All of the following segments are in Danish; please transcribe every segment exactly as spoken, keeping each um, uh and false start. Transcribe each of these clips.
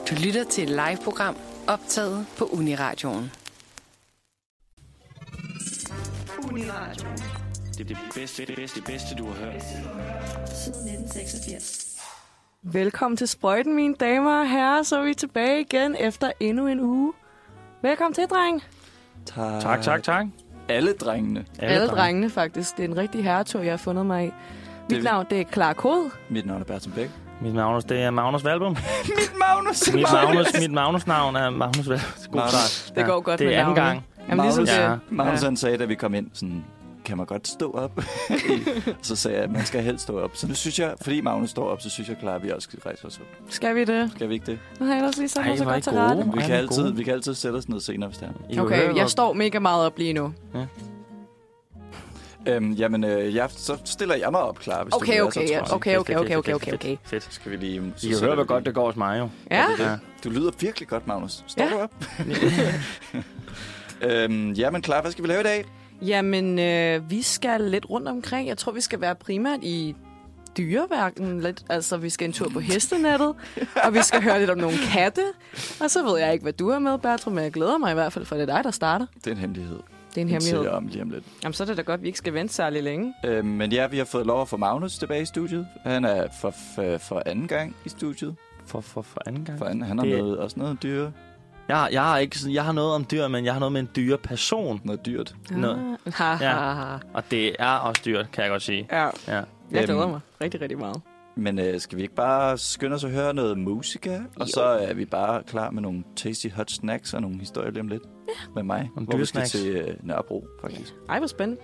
Du lytter til et live-program optaget på Uniradioen. Uniradioen. Det er det bedste, det bedste, det bedste, du har hørt. Siden nitten seksogfirs. Velkommen til Sprøjten, mine damer og herrer. Så er vi tilbage igen efter endnu en uge. Velkommen til, dreng. Tak. Tak, tak, tak. Alle drengene. Alle, Alle drengene, faktisk. Det er en rigtig herretur, jeg har fundet mig i. Mit Det- navn, det er Clara Kod. Mit navn er Bertram Bæk. Mit Magnus, det er Magnus Valbum. Mit Magnus! Mit Magnus, mit Magnus-navn er Magnus Valbum. God Magnus. start. Det går godt det med er anden navnet. gang. Jamen, ligesom Magnus, det. ja. Magnus Ja. han sagde, da vi kom ind, sådan, kan man godt stå op? Så sagde jeg, at man skal helst stå op. Så nu synes jeg, fordi Magnus står op, så synes jeg klart, at vi også skal rejse os op. Skal vi det? Skal vi ikke det? Nu har jeg ellers lige sat Ej, mig så hvor er godt I til gode. rette. Vi Ej, kan, hvor altid, gode. vi kan altid sætte os ned senere, hvis det er. I kan høre, Okay, hvor- jeg står mega meget op lige nu. Øhm, jamen, øh, jeg, så stiller jeg mig op, klar, hvis Okay, du vil okay, være så ja. troværdig. Okay, okay, okay, okay, okay, okay. Fedt. Skal vi lige... I kan høre, hvor godt det går hos mig, jo. Ja, Ja. Du lyder virkelig godt, Magnus. Står Ja. du op? øhm, jamen, klar, hvad skal vi lave i dag? jamen, øh, vi skal lidt rundt omkring. Jeg tror, vi skal være primært i dyreværken lidt. Altså, vi skal en tur på hestenettet, og vi skal høre lidt om nogle katte. Og så ved jeg ikke, hvad du har med, Bertram, men jeg glæder mig i hvert fald, for det er dig, der starter. Det er en hemmelighed. Det er en Den hemmelighed. siger jeg om lige om lidt. Jamen, så er det da godt, at vi ikke skal vente særlig længe. Øhm, men ja, vi har fået lov at få Magnus tilbage i studiet. Han er for, for, for anden gang i studiet. For, for, for anden gang. For anden, han har Det- noget, også noget dyre. Jeg, har- jeg, har ikke, sådan- jeg har noget om dyr, men jeg har noget med en dyre person. Noget dyrt. Noget. Ah, ha, ha, Ja. ha. Og det er også dyrt, kan jeg godt sige. Ja, Ja. jeg glæder Øhm, mig rigtig, rigtig meget. Men øh, skal vi ikke bare skynde os at høre noget musika? Og så er vi bare klar med nogle tasty hot snacks og nogle historier lige om lidt. Ja. Med mig. Nogle hvor vi skal dyresnacks. til øh, Nørrebro, faktisk. Ej, hvor spændende.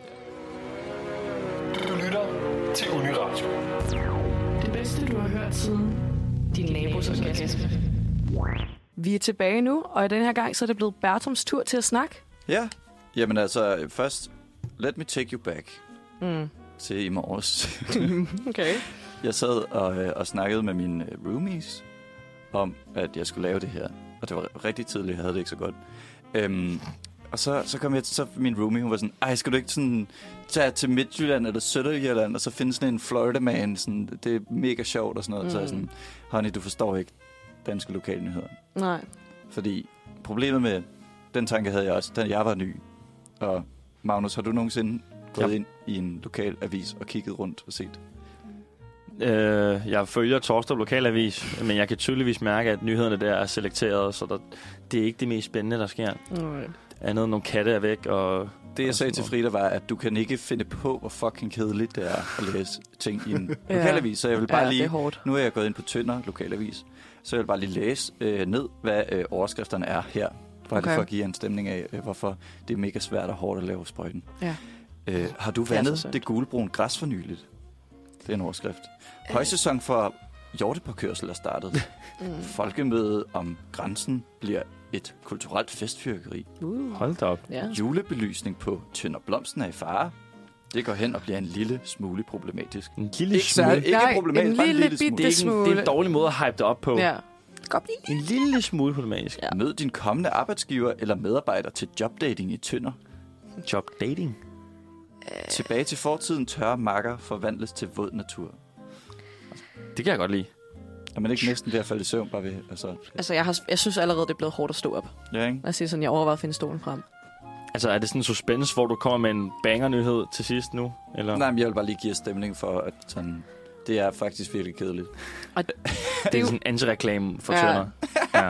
Du lytter til Uniradio. Det bedste, du har hørt siden din nabos orgasme. Vi er tilbage nu, og i den her gang, så er det blevet Bertrams tur til at snakke. Ja. Jamen altså, øh, først, let me take you back Mm. til i morges. Okay. Jeg sad og, øh, og snakkede med mine øh, roomies om, at jeg skulle lave det her. Og det var rigtig tidligt, jeg havde det ikke så godt. Øhm, og så, så kom jeg, så min roomie, hun var sådan, ej, skal du ikke sådan tage til Midtjylland eller Sønderjylland, og så finde sådan en Florida man, sådan, det er mega sjovt og sådan noget. Mm. Så er jeg sådan, honey, du forstår ikke danske lokalnyheder. Nej. Fordi problemet med, den tanke havde jeg også, da jeg var ny. Og Magnus, har du nogensinde gået Ja. ind i en lokal avis og kigget rundt og set? Øh, jeg følger Torstrup Lokalavis, men jeg kan tydeligvis mærke, at nyhederne der er selekteret, så der, det er ikke det mest spændende, der sker. Nej. Andet end nogle katte er væk, og... Det, jeg og sagde sådan til noget. Frida, var, at du kan ikke finde på, hvor fucking kedeligt det er at læse ting i en Ja. lokalavis. Så jeg vil bare Ja, det lige... er hårdt. Nu er jeg gået ind på Tønder Lokalavis, så jeg vil bare lige læse øh, ned, hvad øh, overskrifterne er her. Bare Okay. okay. for at give jer en stemning af, øh, hvorfor det er mega svært og hårdt at lave sprøjten. Ja. Øh, har du er så vandet synd. det gulbrun græs for nyligt? Det er en overskrift. Højsæson for hjortepåkørsel er startet. Mm. Folkemøde om grænsen bliver et kulturelt festfyrkeri. Uh. Hold da op. Ja. Julebelysning på Tønder Blomsten er i fare. Det går hen og bliver en lille smule problematisk. En lille Ikke, smule. særlig, ikke Nej, problematisk, en bare en lille lille smule. Det er, ikke en, det er smule. en dårlig måde at hype det op på. Ja. En lille smule problematisk. Ja. Mød din kommende arbejdsgiver eller medarbejder til jobdating i Tønder. Job dating. Tilbage til fortiden, tørre makker forvandles til våd natur. Det kan jeg godt lide. Er man ikke næsten ved at falde i søvn bare ved? Altså, Altså, jeg, har, jeg synes allerede, det er blevet hårdt at stå op. ja, ikke? Lad os sige sådan, jeg overvejer at finde stolen frem. Altså, er det sådan en suspense, hvor du kommer med en banger-nyhed til sidst nu? Eller? Nej, men jeg vil bare lige give jer stemning for, at sådan, det er faktisk virkelig kedeligt. Og det er er jo- sådan en antireklame for Ja. Tønder. Ja.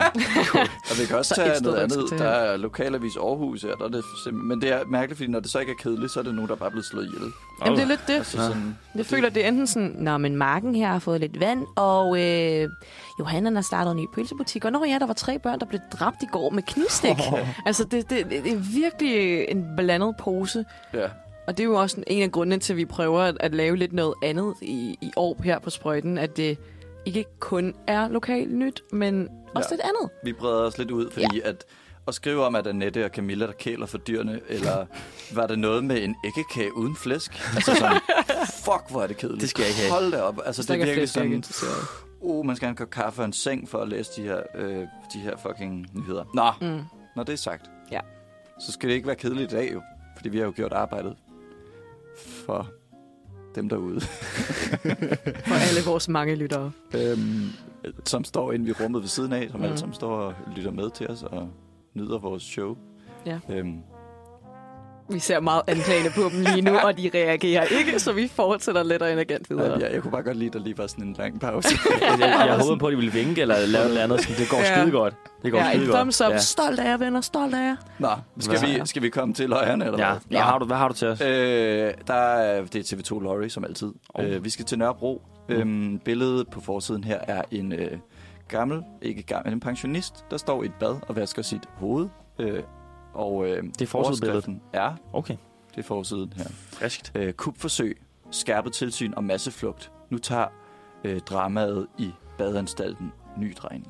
Og vi kan også Så et tage sted, noget man skal andet. til. Der er lokalavis Aarhus her, der er det simpelthen. Men det er mærkeligt, fordi når det så ikke er kedeligt, så er det nogen, der er bare blevet slået ihjel. Jamen, det er lidt det. Altså Ja. sådan, Jeg føler, det er enten sådan, nå, men marken her har fået lidt vand, og øh, Johanna har startet en ny pølsebutik, og når ja, der var tre børn, der blev dræbt i går med knivstik. Oh. Altså, det, det, det er virkelig en blandet pose. ja. Og det er jo også en af grundene til, at vi prøver at, at lave lidt noget andet i, i år her på Sprøjten, at det ikke kun er lokalt nyt, men også Ja. lidt andet. Vi breder os lidt ud, fordi ja. at at skrive om, at Annette og Camilla, der kæler for dyrene, eller var det noget med en æggekage uden flæsk? Altså sådan, fuck, hvor er det kedeligt. Det skal jeg ikke have. Hold da op. Altså, Hvis der det er ikke er virkelig flæsk, jeg er ikke sådan, interesseret. uh, man skal have en kop kaffe og en seng for at læse de her, øh, de her fucking nyheder. Nå, Mm. når det er sagt, Ja. så skal det ikke være kedeligt i dag jo, fordi vi har jo gjort arbejdet for dem derude, For alle vores mange lyttere. øhm, som står inde ved rummet ved siden af, som Mhm. alle sammen står og lytter med til os og nyder vores show. Ja. Øhm, Vi ser meget anklagende på dem lige nu, og de reagerer ikke, så vi fortsætter let og elegant videre. jeg, jeg kunne bare godt lide, at der lige var sådan en lang pause. Jeg, jeg, jeg håbede på, at de ville vinke eller lave noget andet. Sådan, det går Ja. skide godt. Det går Ja, skide en godt. thumbs up. Ja. Stolt af jer, venner. Stolt af jer. Nå, skal Hvad? vi, skal vi komme til løjerne, eller Ja. hvad? Hvad, har du, hvad har du til os? Øh, der er, det er T V to Lorry, som altid. Oh. Øh, vi skal til Nørrebro. Mm. Øhm, billedet på forsiden her er en øh, gammel, ikke gammel, en pensionist, der står i et bad og vasker sit hoved. Øh, og øh, Det er forsidebilledet? overskriften er, Okay. det er forsiden her. Friskt. Øh, kupforsøg, skærpet tilsyn og masseflugt. Nu tager øh, dramaet i badeanstalten ny drejning.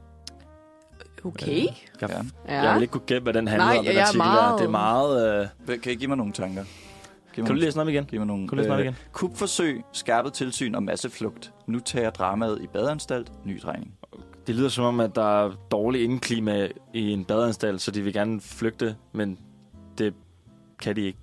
Okay. Jeg, Ja. Ja. jeg vil ikke kunne gætte, hvad den handler Nej, om, den jeg er artikel meget- der. Det er meget... Øh... Kan I give mig nogle tanker? Giv mig Kan du nogle- læse noget igen? Giv mig nogle. Kan du læse noget igen? Kupforsøg, skærpet tilsyn og masseflugt. Nu tager dramaet i badeanstalt ny drejning. Det lyder som om, at der er dårligt indeklima i en badeanstalt, så de vil gerne flygte, men det kan de ikke.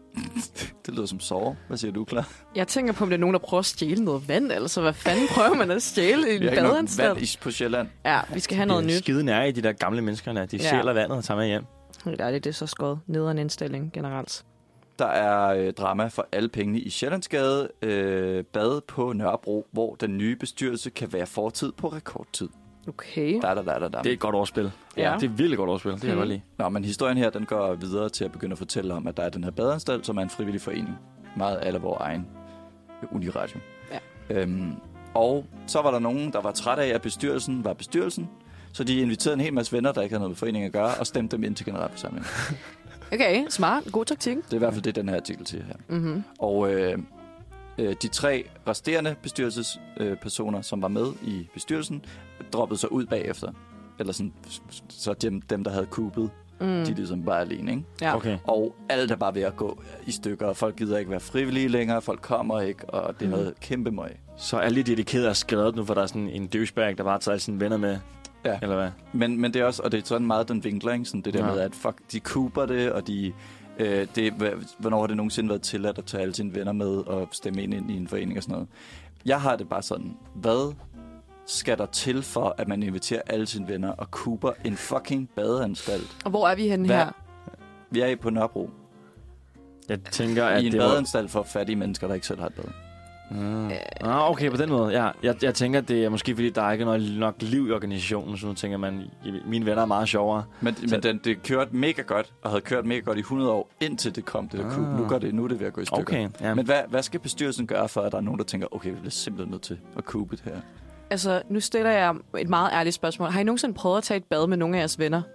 Det lyder som sove. Hvad siger du, klar? Jeg tænker på, om det er nogen, der prøver at stjæle noget vand. Altså, hvad fanden prøver man at stjæle i en Vi har ikke nok vand badeanstalt? i- på Sjælland. Ja, vi skal have noget de er nyt. skide nære i de der gamle mennesker, der. De Ja. sjæler vandet og tager med hjem. Helt ærligt, det er så skåret ned en indstilling generelt. Der er øh, drama for alle pengene i Sjællandsgade. Øh, bad på Nørrebro, hvor den nye bestyrelse kan være fortid på rekordtid. Okay. Da, da, da, da, da. Det er et godt overspil. Ja. Det er virkelig godt overspil. Det kan jeg Mhm. godt lide. Nå, men historien her, den går videre til at begynde at fortælle om, at der er den her badeanstalt, som er en frivillig forening. Meget alle vores egen Uniradio. Ja. Øhm, og så var der nogen, der var træt af, at bestyrelsen var bestyrelsen. Så de inviterede en hel masse venner, der ikke havde noget med foreningen at gøre, og stemte dem ind til generalforsamlingen. Okay, smart. God taktik. Det er i hvert fald det, den her artikel siger her. Mm-hmm. Og øh, øh, de tre resterende bestyrelsespersoner, som var med i bestyrelsen, droppede sig ud bagefter. Eller sådan, så dem, dem der havde kubet, Mm. de ligesom bare alene, ikke? Ja. Okay. Og alt er bare ved at gå i stykker, og folk gider ikke være frivillige længere, folk kommer ikke, og det er Mm. noget kæmpe møg. Så alle de dedikerede er skrevet nu, for der er sådan en douchebag, der bare har taget alle sine venner med. Ja. Eller hvad? Men, men det er også, og det er sådan meget den vinkler, ikke? Sådan det der Ja. med, at fuck, de kuber det, og de... Øh, det, hvornår har det nogensinde været tilladt at tage alle sine venner med og stemme ind, ind i en forening og sådan noget? Jeg har det bare sådan, hvad skal der til for, at man inviterer alle sine venner og kuber en fucking badeanstalt? Og hvor er vi henne Hvad? her? Vi er i på Nørrebro. Jeg tænker, at I en det var... badeanstalt for fattige mennesker, der ikke selv har et bad. Mm. Ah, okay, på den måde. Ja, jeg, jeg tænker, det er måske, fordi der er ikke noget nok liv i organisationen, så nu tænker man, mine venner er meget sjovere. Men, men den, det kørte mega godt, og havde kørt mega godt i hundrede år, indtil det kom, det der Ah. kub. Nu, går det, nu er det ved at gå i stykker. Okay, ja. Men hvad, hvad skal bestyrelsen gøre for, at der er nogen, der tænker, okay, vi bliver simpelthen nødt til at kube det her? Altså, nu stiller jeg et meget ærligt spørgsmål. Har I nogensinde prøvet at tage et bad med nogle af jeres venner?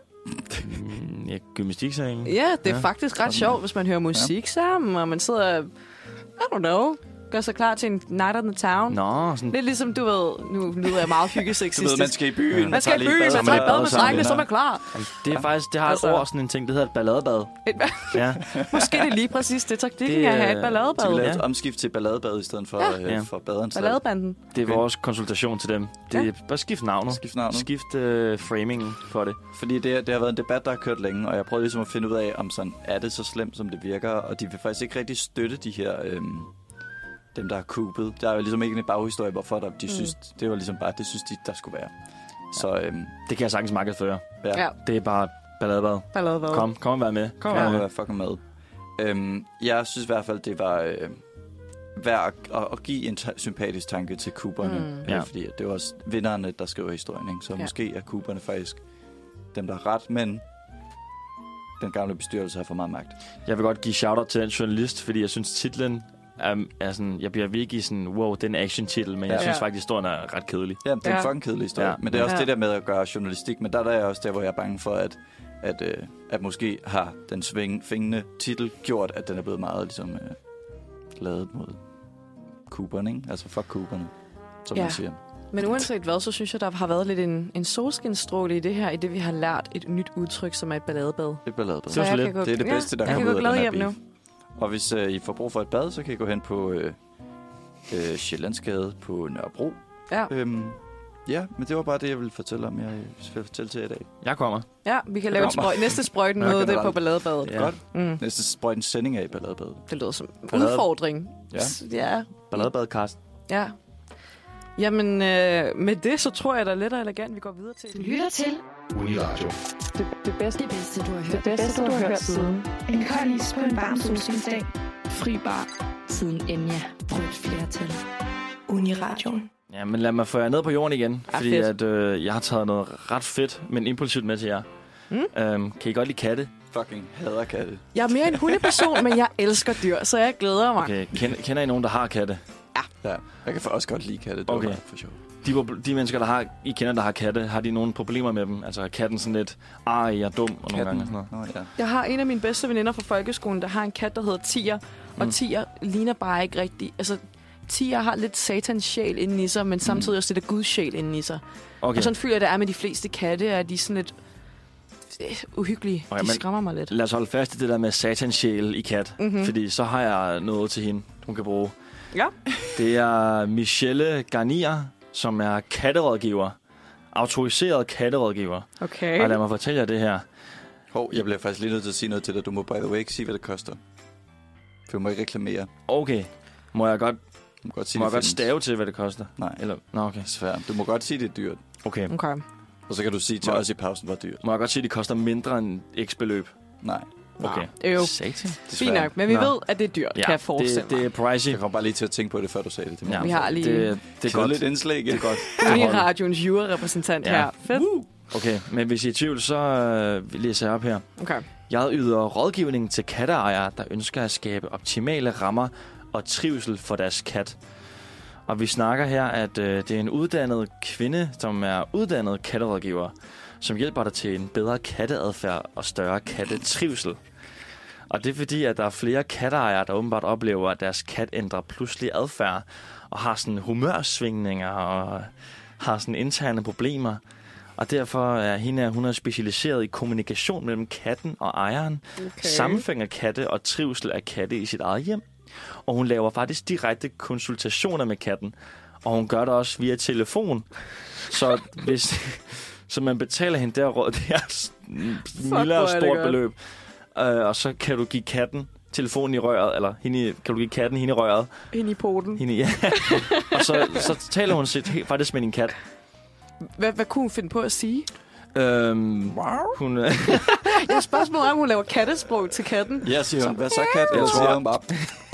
Mm, ja, gymnastiksengen. Ja, det er Ja. ja. faktisk ret sjovt, hvis man hører musik ja. sammen, og man sidder, I don't know, gør sig klar til en night on the town. Nå, sådan... Lidt ligesom, du ved, nu lyder jeg meget Du hyggeseksistisk. ved, man skal i byen. Man skal i tager lige byen, bad man tager et sammen bad med sammen drengene, så er venner. man klar. Jamen, det er faktisk, det har Altså- et ord, sådan en ting, det hedder et balladebad. Et, Ja. måske det er lige præcis det taktikken, Det, at have et øh, balladebad. Så vi laver Ja. et omskift til balladebad i stedet for, Ja. øh, Ja. for badeanstalt. Balladebanden. Det er Okay. vores konsultation til dem. Det er Ja. bare skift navnet. Skift navnet. Skift øh, framingen for det. Fordi det, det har været en debat, der har kørt længe, og jeg prøvede ligesom at finde ud af, om sådan, er det så slemt, som det virker, og de vil faktisk ikke rigtig støtte de her, øhm, dem der har kubet. Der er jo ligesom ikke en baghistorie, hvorfor der, de Mm. synes, det var ligesom bare, det synes de, der skulle være. Så øhm, Det kan jeg sagtens markedsføre. ja, Ja, Det er bare balladebad. balladebad. Kom, kom og vær med. Kom og ja, vær det med. var fucking med. Øhm, jeg synes i hvert fald, det var øh, værd at, at, at give en ta- sympatisk tanke til kuberne. Mm. Mm. Ja. Ja. Fordi det er også vinderne, der skriver historien, ikke? Så Ja. ja. måske er kuberne faktisk dem, der har ret, men den gamle bestyrelse har for meget magt. Jeg vil godt give shout-out til en journalist, fordi jeg synes, titlen er, er sådan... Jeg bliver virkelig sådan, wow, det er en action-titel, men jeg Ja. synes Ja. faktisk, historien er ret kedelig. Ja, det er Ja. en fucking kedelig historie. Ja. Ja. Men det er også Ja. ja. det der med at gøre journalistik. Men der, der er også der, hvor jeg er bange for, at, at, øh, at måske har den sving, fængende titel gjort, at den er blevet meget ligesom, øh, lavet mod kuberne, ikke? Altså fuck kuberne, som Ja. man siger. Men uanset hvad, så synes jeg, der har været lidt en, en solskinstråle i det her, i det vi har lært et nyt udtryk, som er et balladebad. Det er balladebad. Så jeg lidt. kan gå, Det er det bedste, der ja, jeg kommer kan ud gå af glad den her hjem nu. beef. Og hvis øh, I får brug for et bad, så kan I gå hen på øh, øh, Sjællandsgade på Nørrebro. Ja. Øhm, Ja, men det var bare det, jeg ville fortælle om. Jeg vil fortælle til jer i dag. Jeg kommer. Ja, vi kan lave et sprøj- næste sprøjten Ja, noget det generelt. på Balladebadet. Ja. Godt. Mm. Næste sprøjt en sending af Balladebadet. Det lyder som en Ballade- udfordring. Ja. Ja. Balladebadkast. Ja. Jamen, øh, med det, så tror jeg, der er let og elegant, vi går videre til. Du lytter til Uniradio. det, det bedste, det bedste, du har hørt. Det bedste, du har hørt siden. En kold is på en varm solskinsdag. Fri bar siden Enya. Rødt flertal. Uniradioen. Ja, men lad mig få jer ned på jorden igen, Ja, fordi fedt. at, øh, jeg har taget noget ret fedt, men impulsivt med til jer. Mm. Øhm, kan I godt lide katte? Fucking hader katte. Jeg er mere en hundeperson, men jeg elsker dyr, så jeg glæder mig. Okay, kender, kender I nogen, der har katte? Ja, jeg kan også godt lide katte. Det var Okay. bare for sjov. De, prob- de mennesker, der har, I kender, der har katte, har de nogle problemer med dem? Altså er katten sådan lidt, ah, jeg er dum, og nogle gange og sådan noget. Nå, ja. Jeg har en af mine bedste veninder fra folkeskolen, der har en kat, der hedder Tiger. Og Mm. Tiger ligner bare ikke rigtigt. Altså, Tiger har lidt satans sjæl inden i sig, men samtidig også lidt af Guds sjæl inden i sig. Okay, Og sådan føler jeg, det er med de fleste katte, at de er sådan lidt øh, uhyggelige. Okay, De men- skræmmer mig lidt. lad os holde fast i det der med satans sjæl i kat, Mhm. fordi så har jeg noget til hende, hun kan bruge. Ja. Det er Michelle Garnier, som er katterådgiver. Autoriseret katterådgiver. Okay. Og lad mig fortælle jer det her. Hov, jeg bliver faktisk lige nødt til at sige noget til dig. Du må by the way ikke sige, hvad det koster. For du må ikke reklamere. Okay, må jeg godt, Du må godt sige, må jeg det godt findes. stave til, hvad det koster? Nej, Eller, nå, okay. svært. Du må godt sige, det er dyrt. Okay. Okay. Og så kan du sige til Må- os i pausen, hvor dyrt. Må jeg godt sige, at det koster mindre end x beløb? Nej, Okay. Øv. Satan. Fint nok, men vi Nå. ved, at det er dyrt, kan jeg forestille det, det er mig. pricey. jeg kom bare lige til at tænke på det, før du sagde det. Det, Ja, Vi har lige det, det er godt. lidt indslag. Det er godt. Uniradions jurarepræsentant Ja. her. Fedt. Okay, men hvis I er i tvivl, så øh, læser jeg op her. Okay. Jeg yder rådgivning til katteejere, der ønsker at skabe optimale rammer og trivsel for deres kat. Og vi snakker her, at øh, det er en uddannet kvinde, som er uddannet katterådgiver, som hjælper dig til en bedre katteadfærd og større kattetrivsel. Og det er fordi, at der er flere katteejere, der åbenbart oplever, at deres kat ændrer pludselig adfærd og har sådan humørsvingninger og har sådan interne problemer. Og derfor er hende, hun er specialiseret i kommunikation mellem katten og ejeren, okay. sammenfæng af katte og trivsel af katte i sit eget hjem. Og hun laver faktisk direkte konsultationer med katten, og hun gør det også via telefon. Så hvis så man betaler hende der råd, det er mildt og hvor er det stort godt. beløb. Uh, og så kan du give katten telefonen i røret, eller hende, i- kan du give katten hende i røret. Ind i poten. Hende, i- ja. Og så, så taler hun sit, helt faktisk med din kat. Hvad, hvad kunne hun finde på at sige? Øhm, hun, øh, Jeg har spørgsmål om, hun laver kattesprog til katten. Ja, siger hun. Hvad så, kat? Eller tror- siger hun bare...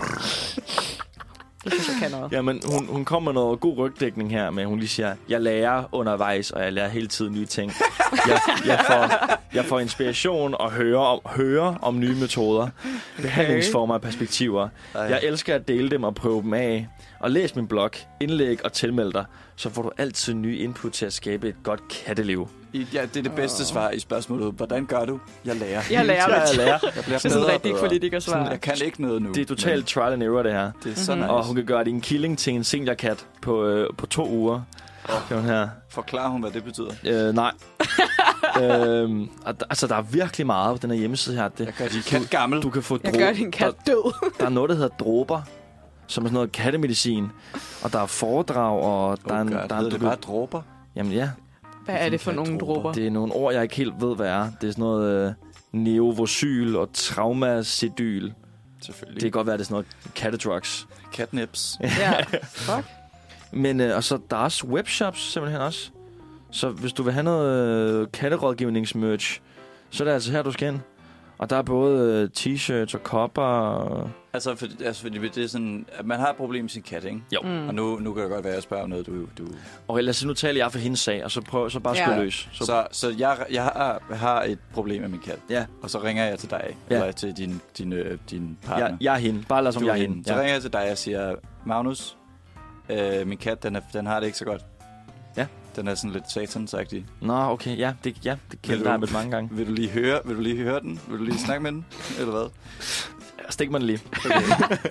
Det synes jeg kan noget. jamen, hun, hun kommer med noget god rygdækning her, men hun lige siger, jeg lærer undervejs, og jeg lærer hele tiden nye ting. Jeg, jeg, får, jeg får inspiration og hører om, hører om nye metoder, behandlingsformer og perspektiver. Ej. Jeg elsker at dele dem og prøve dem af. Og læs min blog, indlæg og tilmeld dig, så får du altid nye input til at skabe et godt katteliv. I- Ja, det er det bedste svar i spørgsmålet. Hvordan gør du? Jeg lærer. Jeg lærer, Jeg Mathias. lærer. Jeg bliver Det er sådan bedre og rigtig bedre. politikersvar. Sådan, jeg kan ikke noget nu. Det er totalt trial and error, det her. men Det er så Mhm. nice. Og hun kan gøre din killing til en seniorkat på, øh, på to uger. Kan hun her. Forklarer hun, hvad det betyder? Øh, nej. øhm, og d- altså, der er virkelig meget på den her hjemmeside her. Det, Jeg gør din kat gammel. du kan få Jeg dro- gør din kat død. Der, der er noget, der hedder dråber, som er sådan noget kattemedicin. Og der er foredrag, og der er Oh en... God, Der er, hedder du det kan- bare dråber? Jamen ja, Hvad er det for nogle dråber? det er nogle ord, jeg ikke helt ved, hvad er. Det er sådan noget øh, neovosyl og traumacedyl. Selvfølgelig. Det kan godt være, det er sådan noget kattedrugs. Catnips. Ja, fuck. Men øh, og så der er også webshops simpelthen også. Så hvis du vil have noget øh, katterådgivningsmerch, så er det altså her, du skal ind. Og der er både øh, t-shirts og kopper. Og... Altså, for, altså, fordi det er sådan, at man har et problem med sin kat, ikke? Jo. Mm. Og nu, nu kan det godt være, at jeg spørger om noget, du... du... Og ellers så nu taler jeg for hendes sag, og så prøv så bare Ja. skyde løs. Så, så, så jeg, jeg, har, jeg har et problem med min kat. Ja. Og så ringer jeg til dig, Ja. eller til din, din, øh, din partner. jeg, jeg er hende. Bare lad som Du jeg er er hende. hende. Så Ja. ringer jeg til dig og siger, Magnus, øh, min kat, den, er, den har det ikke så godt. Ja. Den er sådan lidt satansagtig. Nå, okay. Ja, det, ja, det kender du- jeg med mange gange. Vil du lige høre, vil du lige høre den? Vil du lige snakke med den? Eller hvad? Stik mig den lige. Okay.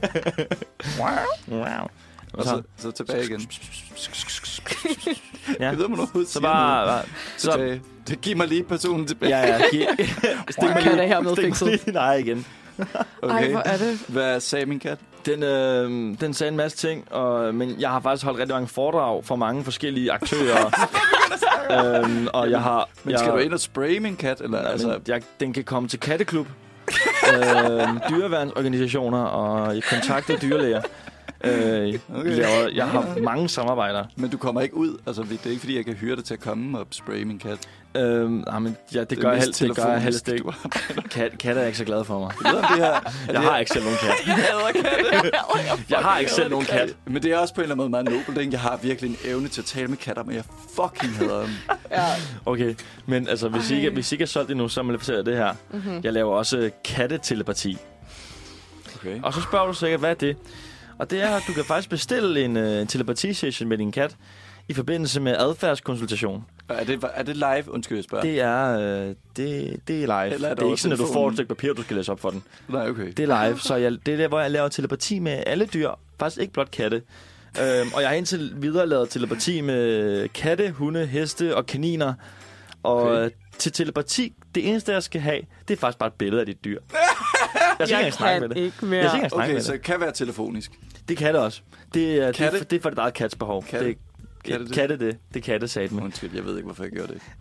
Wow. Og så, så tilbage igen. Ja. Jeg ved, man overhovedet Så siger bare... noget. bare så, Tilbage. Det giver mig lige personen tilbage. ja, ja. Gi- stik mig Kat er lige, hermed stik mig fikset. lige din eje igen. Okay. Ej, hvor er det? Hvad sagde min kat? Den, øh, den sagde en masse ting, og, men jeg har faktisk holdt rigtig mange foredrag for mange forskellige aktører. øhm, og jeg har... Men jeg, skal du ind og spraye min kat? Eller, nej, altså... jeg, den kan komme til katteklub, øh, dyreværnsorganisationer og kontakte dyrlæger. Øh, Okay. jeg, jeg har mange samarbejder. Men du kommer ikke ud? Altså, det er ikke, fordi jeg kan hyre dig til at komme og spraye min kat. Øh, nej, men ja, det, det, gør jeg helst, det gør jeg helst ikke. Kat, katte er ikke så glad for mig. Jeg, ved, om det her, Jeg har ikke selv nogen kat. Jeg hader katte. Jeg har ikke selv nogen kat. Men det er også på en eller anden måde meget nobelt, ikke? Jeg har virkelig en evne til at tale med katter, men jeg fucking hader dem. Ja. Okay, men altså, hvis I, ikke, hvis I ikke er solgt endnu, så må jeg fortælle det her. Mm-hmm. Jeg laver også kattetelepati. Okay. Og så spørger du sikkert, hvad er det? Og det er, at du kan faktisk bestille en uh, telepati-session med din kat i forbindelse med adfærdskonsultation. Er det, er det live? Undskyld, jeg spørger. Det er, øh, det, det er live. Eller er Det er ikke sådan, at du får telefonen? et stykke papir, du skal læse op for den. Nej, okay. Det er live, så jeg, det er der, hvor jeg laver telepati med alle dyr. Faktisk ikke blot katte. Øhm, og jeg har indtil videre lavet telepati med katte, hunde, heste og kaniner. Og Okay. okay. til telepati, det eneste, jeg skal have, det er faktisk bare et billede af dit dyr. Jeg skal ikke Jeg engang snakke med kan det. ikke mere. Jeg skal ikke engang snakke Okay, med så det. det kan være telefonisk. Det kan det også. Det er, det, Katte? er, for, det er for dit eget katsbehov. Katte? Det, Katte det? Katte det. Det katte sagde med. Undskyld, jeg ved ikke, hvorfor jeg gjorde det.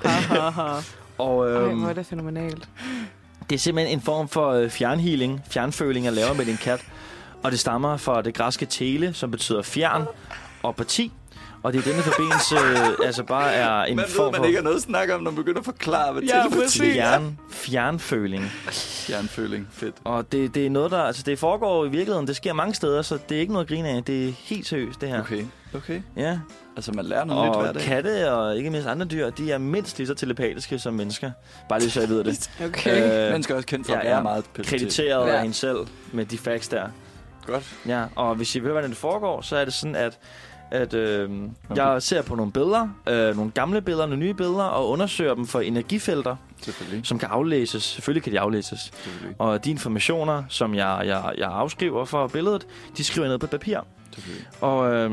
Og Ej, øhm, hvor er det fænomenalt. det er simpelthen en form for øh, fjernhealing, fjernføling, jeg laver med din kat. Og det stammer fra det græske tele, som betyder fjern og parti. Og det er i denne forbindelse øh, altså bare er en Man form ved, man for ikke har noget at snakke om, når man begynder at forklare, hvad Ja, telepati præcis. er. fjern, fjernføling. Fjernføling. Fedt. Og det, det er noget, der... Altså, det foregår i virkeligheden. Det sker mange steder, så det er ikke noget at grine af. Det er helt seriøst, det her. Okay. Okay. Ja. Altså, man lærer noget nyt Og hver dag. katte og ikke mindst andre dyr, de er mindst lige så telepatiske som mennesker. Bare lige så jeg ved det. Okay. Øh, Man skal også kende for ja, at være ja. meget Krediteret Ja. af hende selv med de facts der. Godt. Ja, og hvis I ved, hvordan det foregår, så er det sådan, at, at øh, jeg ser på nogle billeder, øh, nogle gamle billeder, nogle nye billeder, og undersøger dem for energifelter, Selvfølgelig. som kan aflæses. Selvfølgelig kan de aflæses. Selvfølgelig. Og de informationer, som jeg, jeg, jeg afskriver for billedet, de skriver jeg ned på papir. Selvfølgelig. Og øh,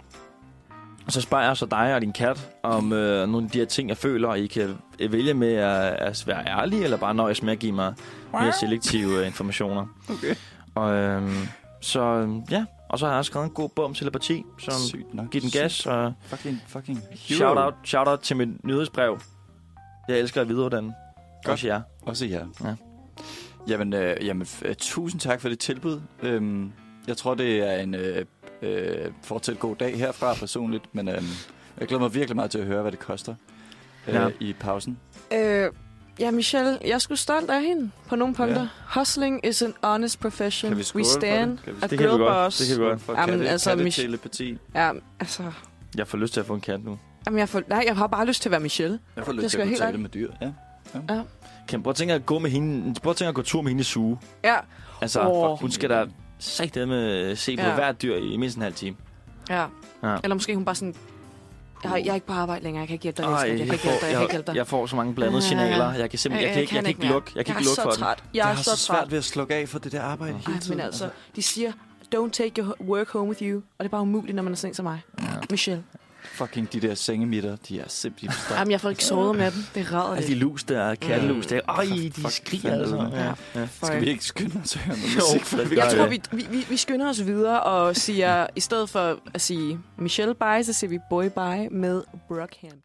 så spørger jeg så dig og din kat om øh, nogle af de her ting, jeg føler, og I kan vælge med at, at være ærlige, eller bare nøjes med at give mig mere selektive øh, informationer. Okay. Og øh, så ja, og så har jeg også skrevet en god bog om telepati, som Sygt nok. giver den gas, og Fucking, fucking hero. shout out, shout out til mit nyhedsbrev. Jeg elsker at videreuddanne. Godt. Også jer. Også jer. Ja. Jamen, øh, jamen f- tusind tak for det tilbud. Øhm, jeg tror, det er en øh, øh, fortsat god dag herfra personligt, men øh, jeg glæder mig virkelig meget til at høre, hvad det koster øh, Ja. i pausen. Øh, ja, Michelle, jeg skulle stolt af hende på nogle punkter. Ja. Hustling is an honest profession. Kan vi We skåle for stand det? Kan vi a Det kan vi girl godt. boss. Det kan vi godt. For Jamen, katte, altså, katte Mich- telepati. Ja, altså... Jeg får lyst til at få en kat nu. Jamen, jeg, får, nej, jeg har bare lyst til at være Michelle. Jeg får Det lyst til skal at være kunne helt tale med dyr. Ja. Ja. Kan prøv at tænke at gå med hende, prøv at tænke at gå tur med hende i suge. Ja, Altså, Åh. hun skal da sagt med se på Ja. hvert dyr i mindst en halv time. ja. Ja. Eller måske hun bare sådan... Jeg, har, jeg er ikke på arbejde længere, jeg kan ikke hjælpe dig. Ej, Jeg, jeg kan ikke hjælpe dig, jeg kan ikke hjælpe dig. jeg får så mange blandede Ah. signaler. Jeg kan simpelthen, jeg, kan ikke, jeg kan ikke mere. lukke, jeg kan jeg ikke lukke er for så den. træt. Jeg Jeg er har så så svært træt. ved at slukke af for det der arbejde hele Ej, tiden. men altså, de siger, don't take your work home with you. Og det er bare umuligt, når man er sådan en som mig. Ja. Michelle. Fucking de der sengemitter, de er simpelthen stærke. Jamen, jeg får ikke sovet med dem. Det ræder Altså, de lidt. lus der, kattelus der. Øj, de Fuck, skriger fandme. altså. Ja. Ja. Skal vi ikke skynde os at høre noget Jo, musik? For det vi gør Jeg Ja, tror, ja. vi, vi, vi, vi skynder os videre og siger, i stedet for at sige Michelle bye, så siger vi boy bye med Brockhampton.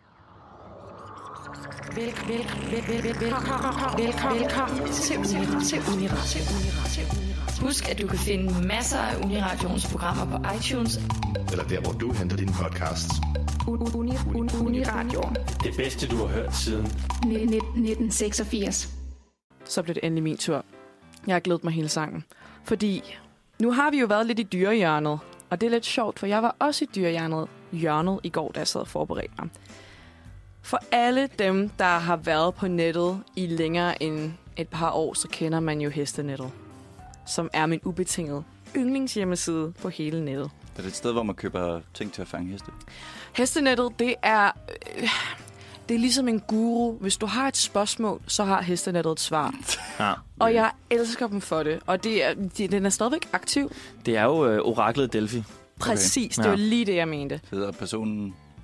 Velkommen til Uniradio. Husk, at du kan finde masser af Uniradions programmer på iTunes. Eller der, hvor du henter dine podcasts. Uniradio Det bedste, du har hørt siden. nitten seksogfirs. Så blev det endelig min tur. Jeg har glædet mig hele sangen. Fordi nu har vi jo været lidt i dyrehjørnet. Og det er lidt sjovt, for jeg var også i dyrehjørnet hjørnet i går, da jeg sad og forberedte mig. For alle dem, der har været på nettet i længere end et par år, så kender man jo Hestenettet, som er min ubetingede yndlingshjemmeside på hele nettet. Er det et sted, hvor man køber ting til at fange heste? Hestenettet, det er, øh, det er ligesom en guru. Hvis du har et spørgsmål, så har Hestenettet et svar. Ja. Og jeg elsker dem for det. Og det er, det, den er stadigvæk aktiv. Det er jo øh, oraklet Delphi. Præcis, Okay. det var Ja. lige det, jeg mente. Hedder personen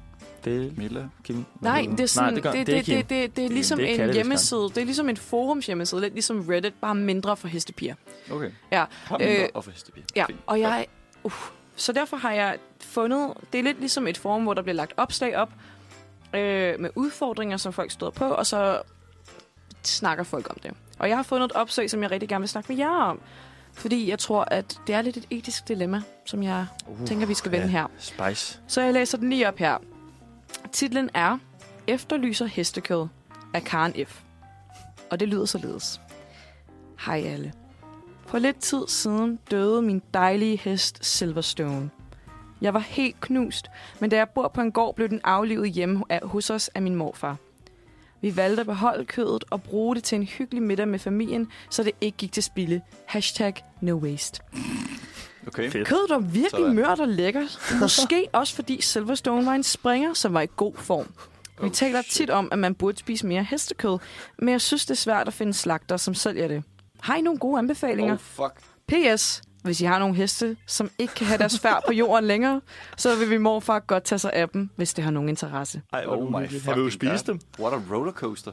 Det Mille? Kim? Nej, det er sådan, Nej, det, gør, det, det, det, det, det, det, det er ligesom det er en kattefiskeren. hjemmeside. Det er ligesom en forums hjemmeside, lidt ligesom Reddit, bare mindre for hestepiger. Okay. Ja. Har mindre Øh, og for hestepiger. Ja, Fint. og jeg... Uh, så derfor har jeg fundet... Det er lidt ligesom et forum, hvor der bliver lagt opslag op øh, med udfordringer, som folk støder på, og så snakker folk om det. Og jeg har fundet et opslag, som jeg rigtig gerne vil snakke med jer om. Fordi jeg tror, at det er lidt et etisk dilemma, som jeg uh, tænker, vi skal vende ja. her. Spice. Så jeg læser den lige op her. Titlen er Efterlyser hestekød af Karen F. Og det lyder således. Hej alle. For lidt tid siden døde min dejlige hest Silverstone. Jeg var helt knust, men da jeg bor på en gård, blev den aflivet hjemme hos os af min morfar. Vi valgte at beholde kødet og bruge det til en hyggelig middag med familien, så det ikke gik til spilde. Hashtag no waste. Okay. Fedt. Kødet var virkelig Sådan. mørt og lækkert. Måske også fordi Silverstone var en springer, som var i god form. Vi Oh, taler shit. tit om, at man burde spise mere hestekød, men jeg synes, det er svært at finde slagter, som sælger det. Har I nogle gode anbefalinger? Oh, fuck. P S. Hvis I har nogle heste, som ikke kan have deres færd på jorden længere, så vil vi morfar godt tage sig af dem, hvis det har nogen interesse. Ej, Oh my Jeg vil jo fucking spise God. dem. What a rollercoaster.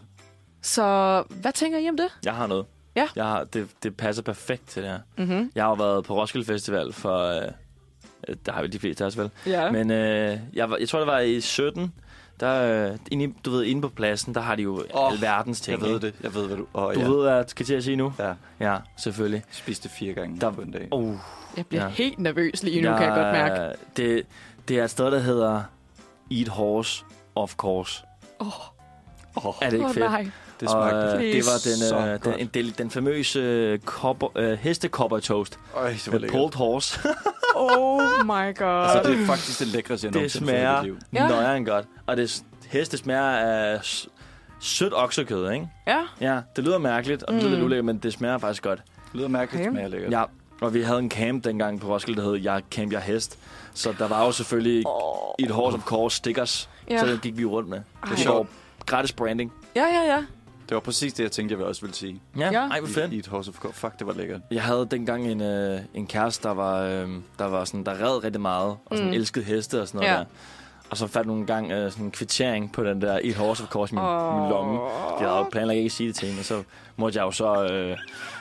Så hvad tænker I om det? Jeg har noget. Ja. Jeg har, det, det passer perfekt til det her. Mm-hmm. Jeg har jo været på Roskilde Festival for... Øh, der har vi de fleste også vel. Ja. Men øh, jeg, var, jeg tror, det var i sytten. Der, øh, inde, i- du ved, inde på pladsen, der har de jo Åh, alverdens ting. Jeg ved ikke? det. Jeg ved, hvad du... Oh, Du ja. ved, hvad jeg skal til at sige nu? Ja. Ja, selvfølgelig. Jeg spiste fire gange Der- på en dag. Uh, Jeg bliver Ja. helt nervøs lige nu, kan jeg godt mærke. Det, det er et sted, der hedder Eat Horse, of course. Åh, Oh, er det ikke oh, fedt? nej. Det Og, smagte øh, det var så den, øh, godt. den, den, den famøse øh, copper, øh, hestekopper toast. Øj, det var Med lækkert. pulled horse. Oh my god. Altså, det er faktisk det lækreste, jeg Det nogensinde har fået i smager mit liv. Ja. nøjeren godt. Og det heste smager af s- sødt oksekød, ikke? Ja. Ja, det lyder mærkeligt, og det lyder Mm. lidt ulækkert, men det smager faktisk godt. Det lyder mærkeligt, Okay. smager lækkert. Ja, og vi havde en camp dengang på Roskilde, der hed Jeg Camp Jeg Hest. Så der var jo selvfølgelig Oh. Eat Horse of course stickers, Ja. så den gik vi jo rundt med. Det Ej. er sjovt. Gratis branding. Ja, ja, ja. Det var præcis det, jeg tænkte, jeg ville også ville sige. Ja, Ja. ej, hvor fedt. Eat Horse of Course. Fuck, det var lækkert. Jeg havde dengang en, øh, en kæreste, der var, øh, der var sådan, der red rigtig meget, og sådan Mm. elskede heste og sådan noget Ja. der. Og så fandt nogle gang øh, sådan en kvittering på den der Eat Horse of course i min, Åh. min lomme. Jeg havde jo planlagt ikke at sige det til hende, og så måtte jeg jo så... Øh,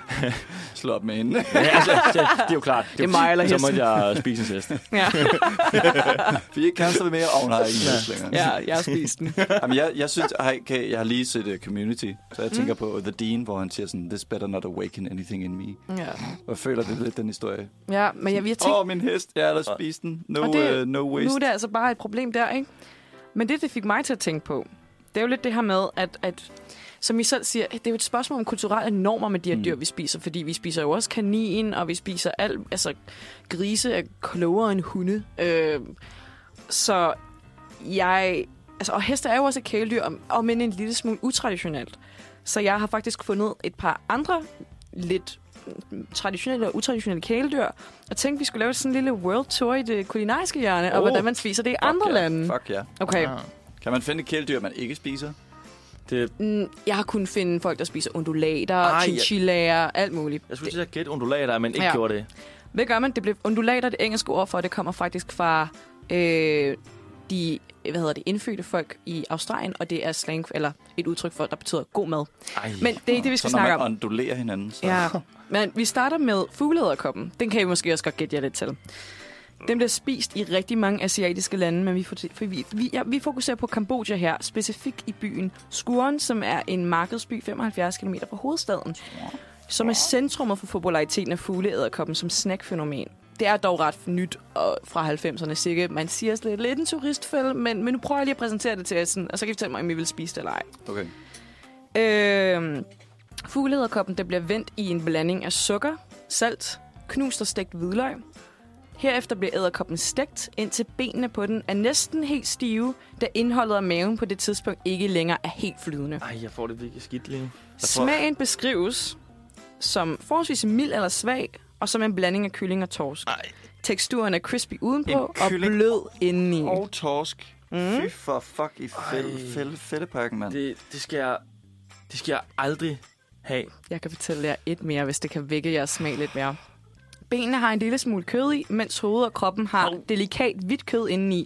Slå op med hende. ja, altså, det, det er jo klart. Det er mig eller Så hesten. måtte jeg spise en hest. Ja, Vi er ikke kærester med mere, og hun har ingen hest længere. ja jeg har spist den. Jamen, jeg, jeg synes, jeg, okay, jeg har lige set uh, Community, så jeg tænker på The Dean, hvor han siger sådan, this better not awaken anything in me. Ja, Og jeg føler, det er lidt den historie. ja men jeg, jeg Åh, tænkte, oh, min hest, jeg har da spist den. No, Og det- uh, no waste. nu er det altså bare et problem der, ikke? Men det, det fik mig til at tænke på, det er jo lidt det her med, at, at som I selv siger, det er jo et spørgsmål om kulturelle normer med de her Mm. dyr, vi spiser. Fordi vi spiser jo også kanin, og vi spiser alt, altså grise er klogere end hunde. Øh, så jeg... Altså, og heste er jo også et kæledyr, om, om end en lille smule utraditionelt. Så jeg har faktisk fundet et par andre lidt traditionelle og utraditionelle kæledyr, og tænkte, vi skulle lave sådan en lille world tour i det kulinariske hjørne, oh. og Oh. hvordan man spiser det i andre ja. lande. Fuck ja. Okay. Ah. Kan man finde et kæledyr, man ikke spiser? Det, Mm, Jeg har kunnet finde folk, der spiser undulater, Ej, chinchillaer, alt muligt. jeg skulle til at gætte undulater, men ikke Ja. ja. gjorde det. Hvad gør man? Det blev undulater, det engelske ord for, det kommer faktisk fra øh, de hvad hedder det, indfødte folk i Australien, og det er slang, eller et udtryk for, der betyder god mad. Ej. Men det er ikke det, vi skal så når snakke man om. ondulerer hinanden, så... Ja, men vi starter med fugleæderkoppen. Den kan I måske også godt gætte jer lidt til. Den bliver spist i rigtig mange asiatiske lande, men vi, for, vi, vi, ja, vi fokuserer på Kambodja her, specifikt i byen Skuren, som er en markedsby femoghalvfjerds kilometer fra hovedstaden, som er centrummet for populariteten af fugleæderkoppen som snackfænomen. Det er dog ret nyt og fra halvfemserne, cirka. Man siger lidt, lidt en turistfælde, men, men nu prøver jeg lige at præsentere det til jer, sådan, og så kan I fortælle mig, om I vil spise det eller ej. Okay. Øh, Fugleæderkoppen, der bliver vendt i en blanding af sukker, salt, knust og stegt hvidløg. Herefter bliver æderkoppen stegt, indtil benene på den er næsten helt stive, da indholdet af maven på det tidspunkt ikke længere er helt flydende. Ej, jeg får det virkelig skidt lige nu. Jeg tror- Smagen beskrives som forholdsvis mild eller svag, og som en blanding af kylling og torsk. Ej. Teksturen er crispy udenpå En og kylling blød indeni. Og torsk. Mm. Fy for fuck i fæld, Ej. fæld, fældepakken, mand. Det, det, skal jeg, det skal jeg aldrig have. Jeg kan fortælle jer et mere, hvis det kan vække jeres smag lidt mere. Benene har en lille smule kød i, mens hovedet og kroppen har delikat hvidt kød indeni.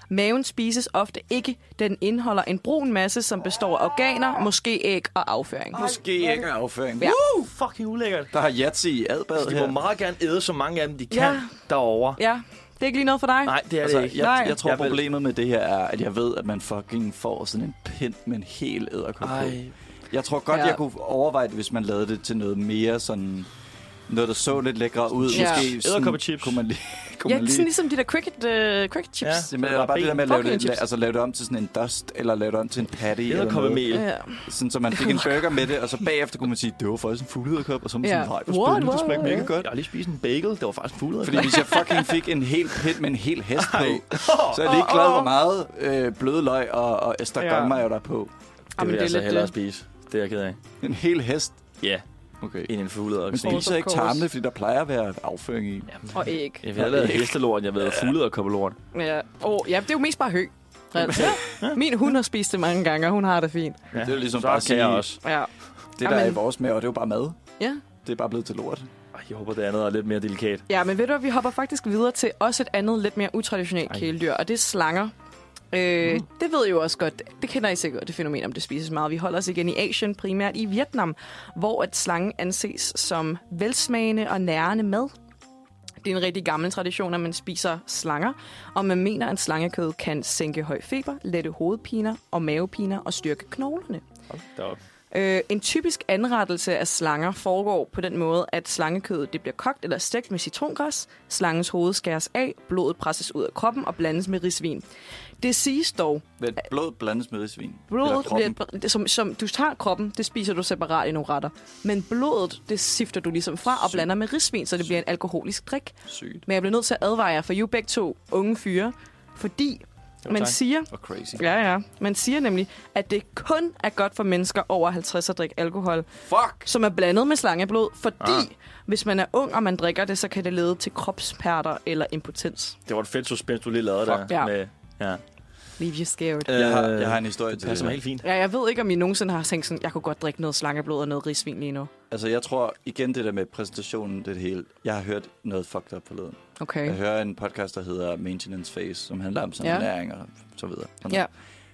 Maven spises ofte ikke. Den indeholder en brun masse, som består af organer, måske æg og afføring. Måske ikke afføring. Ja. Uh, fucking ulækkert. Der har Yatzy i adbad De her. må meget gerne æde så mange af dem, de kan Ja. derovre. Ja, det er ikke lige noget for dig? Nej, det er Altså, det ikke. jeg, Nej. jeg tror, Jeg vil- problemet med det her er, at jeg ved, at man fucking får sådan en pind med en hel æderkop på. Ej. Jeg tror godt, Ja. jeg kunne overveje det, hvis man lavede det til noget mere sådan... Noget, der så lidt lækre ud. Ja. Måske sådan, Edderkoppechips. kunne man lige... Kunne Ja, man lige sådan ligesom de der cricket, uh, cricket chips. Ja. det med, bare det der med at lave Fucking det, chips. la, altså lave det om til sådan en dust, eller lave det om til en patty, eller noget. Edderkoppemel. Ja. Sådan, så man fik en burger med det, og så bagefter kunne man sige, det var faktisk en fuglederkop, og så var man Ja. sådan, nej, hvor What, spændende, det what, smagte mega what? godt. Jeg har lige spist en bagel. Det var faktisk fuglet. Fordi hvis jeg fucking fik en hel pind med en hel hest på, så er jeg lige glad, hvor meget øh, bløde løg og, og estragon mayo der er på. det Jamen, vil det er jeg så lidt hellere det. spise. Det er jeg ked af. En hel hest. Ja, Okay. end en fuglet og Men svin. spiser ikke tarmene, fordi der plejer at være afføring i. Og æg. Jeg vil hellere have hestelort, jeg vil have fuglet og kobbelort. Ja. Oh, ja, det er jo mest bare hø. Altså. Min hund har spist det mange gange, og hun har det fint. Ja. Det er jo ligesom så bare at kan jeg sige- også. Ja. Det, der er i Jamen. vores mave, det er jo bare mad. Ja. Det er bare blevet til lort. Ej, jeg håber, det andet er lidt mere delikat. Ja, men ved du hvad, vi hopper faktisk videre til også et andet, lidt mere utraditionelt Ej. kæledyr, og det er slanger. Øh, mm. Det ved I jo også godt. Det kender I sikkert, det fænomen, om det spises meget. Vi holder os igen i Asien, primært i Vietnam, hvor at slangen anses som velsmagende og nærende mad. Det er en rigtig gammel tradition, at man spiser slanger, og man mener, at slangekød kan sænke høj feber, lette hovedpiner og mavepiner og styrke knoglerne. Hold da op. Øh, en typisk anrettelse af slanger foregår på den måde, at slangekødet det bliver kogt eller stegt med citrongræs, slangens hoved skæres af, blodet presses ud af kroppen og blandes med risvin. Det siges dog, Men blod blandes med risvin. blodet Eller bliver, som, som du tager kroppen, det spiser du separat i nogle retter, men blodet, det sifter du ligesom fra og blander med risvin, så det bliver en alkoholisk drik. Sygt. Men jeg bliver nødt til at advare jer, for I er jo begge to unge fyre, fordi Jo, man tak. siger, Og crazy. ja, ja, man siger nemlig, at det kun er godt for mennesker over halvtreds at drikke alkohol, Fuck! som er blandet med slangeblod, fordi Ah. hvis man er ung, og man drikker det, så kan det lede til kropspærter eller impotens. Det var et fedt suspense, du lige lavede der. Fuck. Ja. Med, ja. Leave you scared. Jeg har, Øh, jeg har en historie Det til passer det. mig helt fint. Ja, jeg ved ikke, om I nogensinde har tænkt sådan, jeg kunne godt drikke noget slangeblod og noget risvin lige nu. Altså, jeg tror igen det der med præsentationen, det hele. Jeg har hørt noget fucked up forleden. Okay. Jeg hører en podcast, der hedder Maintenance Phase, som handler om sådan Ja. næring og så videre. Sådan Ja.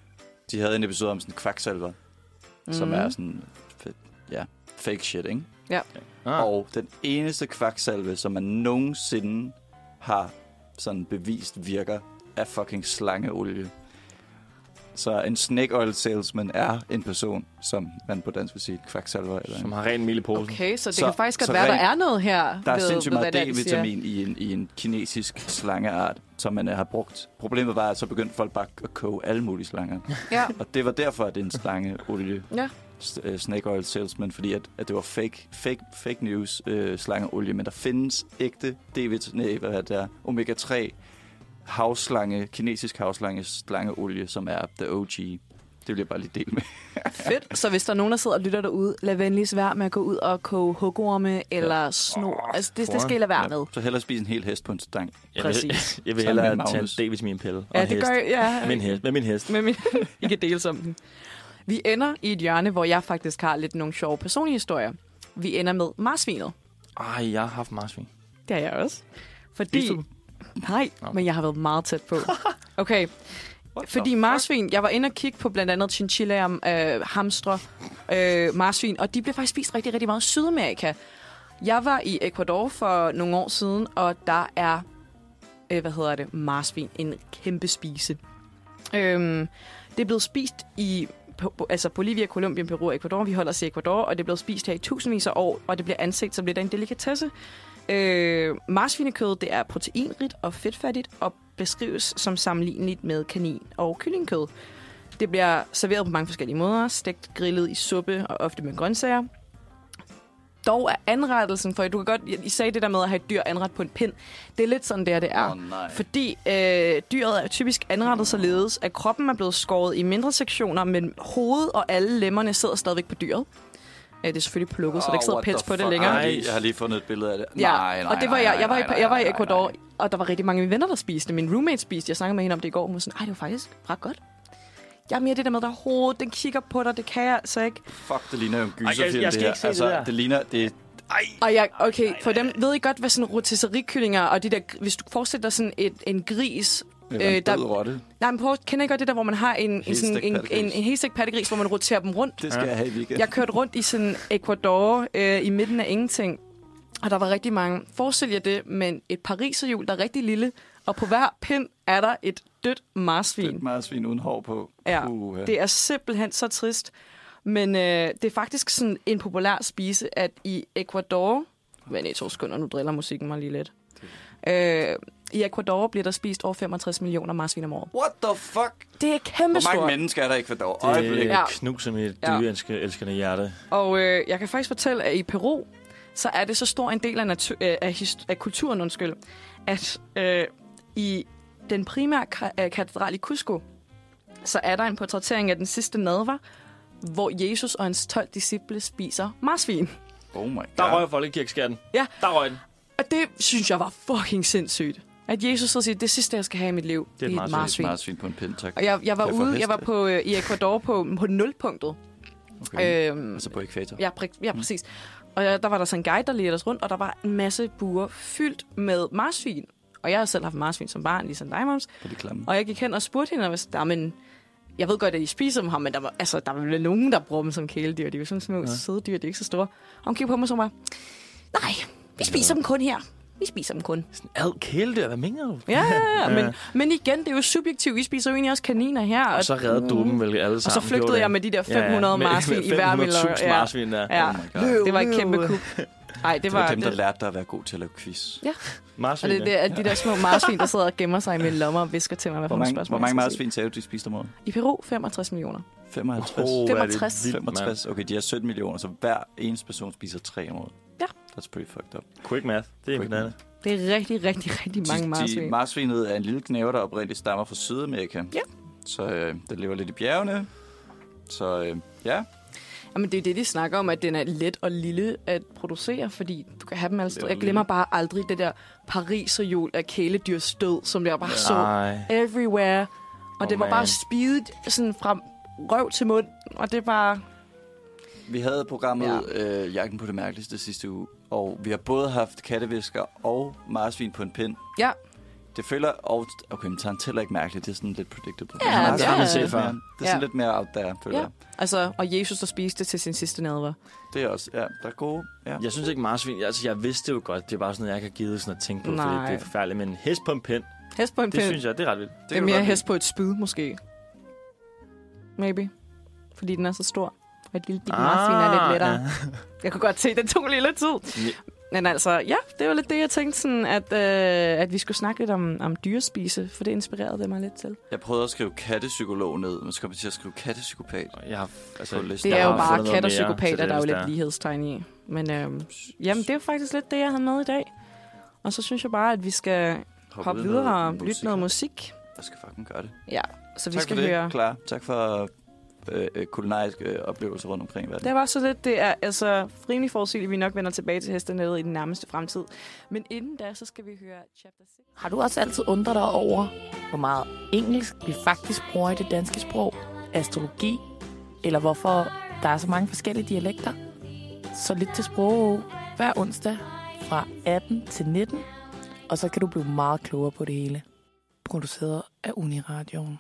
De havde en episode om sådan kvaksalver, mm. som Mhm. er sådan, ja, fake shit, ikke? Ja. Ah. Og den eneste kvaksalve, som man nogensinde har sådan bevist virker, er fucking slangeolie. Så en snake oil salesman er en person, som man på dansk vil sige kvaksalver. Eller Som en. har ren mild i posen. Okay, så det Så- kan faktisk godt så være, der rent- er noget her. Der er ved, sindssygt ved, meget hvad det er, de siger. D-vitamin i en, i en kinesisk slangeart, som man uh, har brugt. Problemet var, at så begyndte folk bare at koge alle mulige slanger. Ja. Og det var derfor, at det er en slangeolie. Ja. S- øh, snake oil salesman, fordi at, at det var fake, fake, fake news øh, slangeolie, men der findes ægte D-vitamin, nej, hvad er det der, omega tre havslange, kinesisk havslange slangeolie, som er the O G. Det vil jeg bare lige dele med. Fedt. Så hvis der er nogen, der sidder og lytter derude, lad venligst være med at gå ud og koge hugorme eller sno. Åh, Altså, det, det foran. skal I lade være med. Så hellere spise en hel hest på en stang. Jeg vil, Præcis. jeg vil Sammen hellere med tage en Magnus. D-vitaminpille og Ja, en det hest. gør jeg. Ja. Min hest. Med min hest. Med min, I kan dele om den. Vi ender i et hjørne, hvor jeg faktisk har lidt nogle sjove personlige historier. Vi ender med marsvinet. Ej, jeg har haft marsvin. Det har jeg også. Fordi... Spiste du dem? Nej, Nå. men jeg har været meget tæt på. Okay, fordi marsvin... Jeg var inde og kigge på blandt andet chinchillaer, øh, hamstre, øh, marsvin, og de bliver faktisk spist rigtig, rigtig meget i Sydamerika. Jeg var i Ecuador for nogle år siden, og der er, øh, hvad hedder det, marsvin, en kæmpe spise. Øhm, det er blevet spist i på, altså Bolivia, Colombia, Peru og Ecuador. Vi holder os i Ecuador, og det er blevet spist her i tusindvis af år, og det bliver anset som lidt af en delikatesse. Øh, marsvinekød, det er proteinrigt og fedtfattigt, og beskrives som sammenligneligt med kanin og kyllingekød. Det bliver serveret på mange forskellige måder, stegt, grillet i suppe og ofte med grøntsager. Dog er anrettelsen, for du kan godt, I sagde det der med at have et dyr anret på en pind, det er lidt sådan der, det er. Åh, nej. Fordi øh, dyret er typisk anrettet således, at kroppen er blevet skåret i mindre sektioner, men hovedet og alle lemmerne sidder stadigvæk på dyret. Øh, det er selvfølgelig plukket, så der ikke sidder what pels the på det fuck? længere. Ej, jeg har lige fundet et billede af det. Ja, Nej, nej, og det var nej, jeg. Jeg var, nej, i, jeg var i nej, Ecuador, nej, nej. og der var rigtig mange af mine venner, der spiste. Min roommate spiste. Jeg snakkede med hende om det i går. Hun var sådan, ej, det var faktisk ret godt. Jeg er mere det der med, der er hovedet, den kigger på dig, det kan jeg altså ikke. Fuck, det ligner jo en Ej, jeg- gyserfilm, jeg skal det her. ikke se det altså, der. det ligner... Det, Og jeg, okay, for dem ved I godt, hvad sådan rotisserikyllinger og de der, hvis du forestiller dig sådan et, en gris Det var en Øh, der- død rotte. Nej, men prøv, kender I godt det der, hvor man har en, en, sådan, en, Helstegt en, en helstegt pattegris, hvor man roterer dem rundt? Det skal Ja. jeg have i weekend. Jeg kørte rundt i sådan Ecuador øh, i midten af ingenting, og der var rigtig mange. Forestil jer det, men et pariserhjul, der er rigtig lille, og på hver pind er der et dødt marsvin. Det er meget svin uden hår på. Ja, Uh, det er simpelthen så trist. Men øh, det er faktisk sådan en populær spise, at i Ecuador... Men i to sekunder, nu driller musikken mig lige lidt. Øh, I Ecuador bliver der spist over femogtres millioner marsvin om året. What the fuck? Det er kæmpe Hvor stort. mange mennesker er der i Ecuador? Det Øjeblik. Ja. knuser mit Ja. dyreelskende hjerte. Og øh, jeg kan faktisk fortælle, at i Peru, så er det så stor en del af, natu- øh, af, hist- af kulturen, undskyld, at øh, i den primære ka- øh, katedral i Cusco, så er der en portrættering af den sidste nadver, hvor Jesus og hans tolv disciple spiser marsvin. Oh my god. Der røg folkekirkeskatten. Ja. Der røg den. Og det synes jeg var fucking sindssygt. At Jesus så siger, det sidste, jeg skal have i mit liv, det er et marsvin. marsvin. Marsvin på en pind, tak. Og jeg, jeg var Det er for ude, jeg var heste. på, øh, i Ecuador på, på nulpunktet. Okay. Øhm, Altså på ekvator. Ja, præ- ja præcis. Og ja, der var der sådan en guide, der ledte os rundt, og der var en masse buer fyldt med marsvin. Og jeg har selv haft marsvin som barn, ligesom dig, Moms. På de klamme. Og jeg gik hen og spurgte hende, og hvis der, men jeg ved godt, at I spiser dem her, men der var, altså, der var vel nogen, der bruger dem som kæledyr. De er jo sådan små, ja. søde dyr, de er ikke så store. Og hun kiggede på mig og var, nej, vi spiser dem kun her. Vi spiser dem kun. Sådan, ad, kæledyr, hvad mener du? Ja, ja, ja. Ja. Men, men igen, det er jo subjektivt. Vi spiser jo egentlig også kaniner her. Og så reddede du dem vel alle Og så sammen. flygtede gjorde jeg det. med de der fem hundrede med- marsvin med i hver fem hundrede tusind Ja. marsvin der. Ja, Oh my god. det var et kæmpe kup. Ej, det Det var, var dem, der det, lærte dig at være god til at lave quiz. Ja. Marsvin, og det, det er de der små marsvin, der sidder og gemmer sig i mine lommer og visker til mig, hvad for Hvor nogle mange, spørgsmål hvor mange jeg skal sige. marsvin sagde du, de spiste om året? I Peru, femogtres millioner. femoghalvtreds. Oh, hvor er det femogtres. vildt, mand. femogtres. Okay, de har sytten millioner, så hver eneste person spiser tre om året. Ja. That's pretty fucked up. Quick math. Det er Quick imponerende. Det er rigtig, rigtig, rigtig mange De, de, marsvin. marsvinet er en lille knæver, der oprindeligt stammer fra Sydamerika. Ja. Så øh, det lever lidt i bjergene. Så øh, ja, Jamen, det er det, de snakker om, at den er let og lille at producere, fordi du kan have dem alle steder. Det er Jeg glemmer lille. bare aldrig det der pariserhjul af kæledyrsstød, som der bare så Nej. everywhere. Og Oh, det var man. bare spidet sådan fra røv til mund, og det var... vi havde programmet ja. øh, Jagten på det mærkeligste sidste uge, og vi har både haft kattevisker og marsvin på en pind. Ja, Det føler... Og, okay, men tager heller ikke mærkeligt. Det er sådan lidt predictable. Ja, Men det marsvin har man er set lidt før. mere- Det er sådan Ja. lidt mere out there, føler Ja. jeg. altså, og Jesus, der spiste til sin sidste nadver. Det er også... Ja, der er gode... Ja. Jeg synes ikke marsvin, altså jeg vidste det jo godt, det er bare sådan noget, jeg kan give sådan at tænke på, Nej. fordi det er forfærdeligt, men hest på en pind, Hest på en det pind. synes jeg, det er ret vildt. Det kan er du mere godt hest på et spyd, måske. Maybe. Fordi den er så stor. Og et lille bitte marsvin er lidt lettere. Ja. Jeg kunne godt se, at det tog lidt tid. Ja. Men altså, ja, det var lidt det, jeg tænkte, sådan, at, øh, at vi skulle snakke lidt om, om dyrespise, for det inspirerede det mig lidt til. Jeg prøvede at skrive kattepsykolog ned, men så kom jeg til at skrive kattepsykopat. Jeg har, altså, På listen. Det jeg er jo har bare fundet noget kat og mere psykopater, til der er jo det, lidt hvis lighedstegn i. Men øh, jamen, det er jo faktisk lidt det, jeg har med i dag. Og så synes jeg bare, at vi skal hoppe videre og lytte noget musik. Jeg skal fucking gøre det. Ja, så vi tak skal for det, høre... Klar. Tak for øh, øh, kulinariske oplevelser rundt omkring i verden. Det var så lidt, det er altså rimelig forudsigeligt, at vi nok vender tilbage til hestenettet i den nærmeste fremtid. Men inden da, så skal vi høre chapter seks. Har du også altid undret dig over, hvor meget engelsk vi faktisk bruger i det danske sprog, astrologi, eller hvorfor der er så mange forskellige dialekter? Så lyt til Sprog hver onsdag fra atten til nitten, og så kan du blive meget klogere på det hele. Produceret af Uniradioen.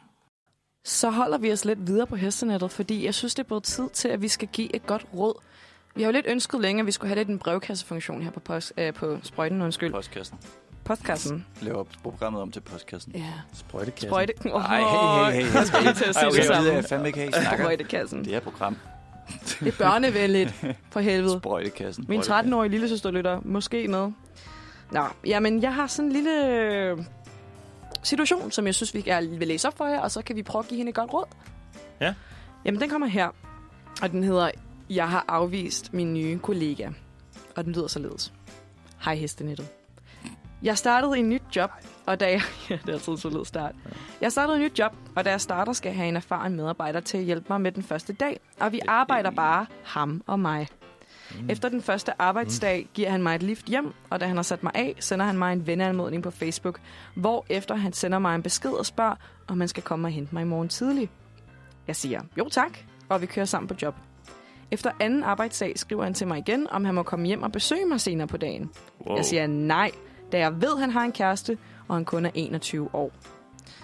Så holder vi os lidt videre på hestenettet, fordi jeg synes, det er blevet tid til, at vi skal give et godt råd. Vi har jo lidt ønsket længe, at vi skulle have lidt en brevkassefunktion her på, post, øh, på sprøjten, undskyld. Postkassen. Postkassen. Laver programmet om til postkassen. Ja. Sprøjtekassen. Sprøjte... Oh, Ej, hey, hey, hey. Jeg skal lige til at sige Ej, det okay, samme. jeg fandme ikke, at I snakker. Sprøjtekassen. Det er program. Det er børnevenligt, for helvede. Sprøjtekassen. Min tretten-årige lillesøster lytter måske med. Nå, jamen, jeg har sådan en lille øh, situation, som jeg synes, vi gerne vil læse op for jer, og så kan vi prøve at give hende et godt råd. Ja. Jamen, den kommer her, og den hedder, jeg har afvist min nye kollega. Og den lyder således. Hej hestenettet. Jeg startede en nyt job, og da jeg... Ja, det er altid en solid start. Jeg startede en nyt job, og da jeg starter, skal jeg have en erfaren medarbejder til at hjælpe mig med den første dag. Og vi arbejder bare ham og mig. Mm. Efter den første arbejdsdag giver han mig et lift hjem, og da han har sat mig af, sender han mig en venneanmodning på Facebook, hvor efter han sender mig en besked og spørger, om han skal komme og hente mig i morgen tidlig. Jeg siger, jo tak, og vi kører sammen på job. Efter anden arbejdsdag skriver han til mig igen, om han må komme hjem og besøge mig senere på dagen. Wow. Jeg siger nej, da jeg ved, han har en kæreste, og han kun er enogtyve år.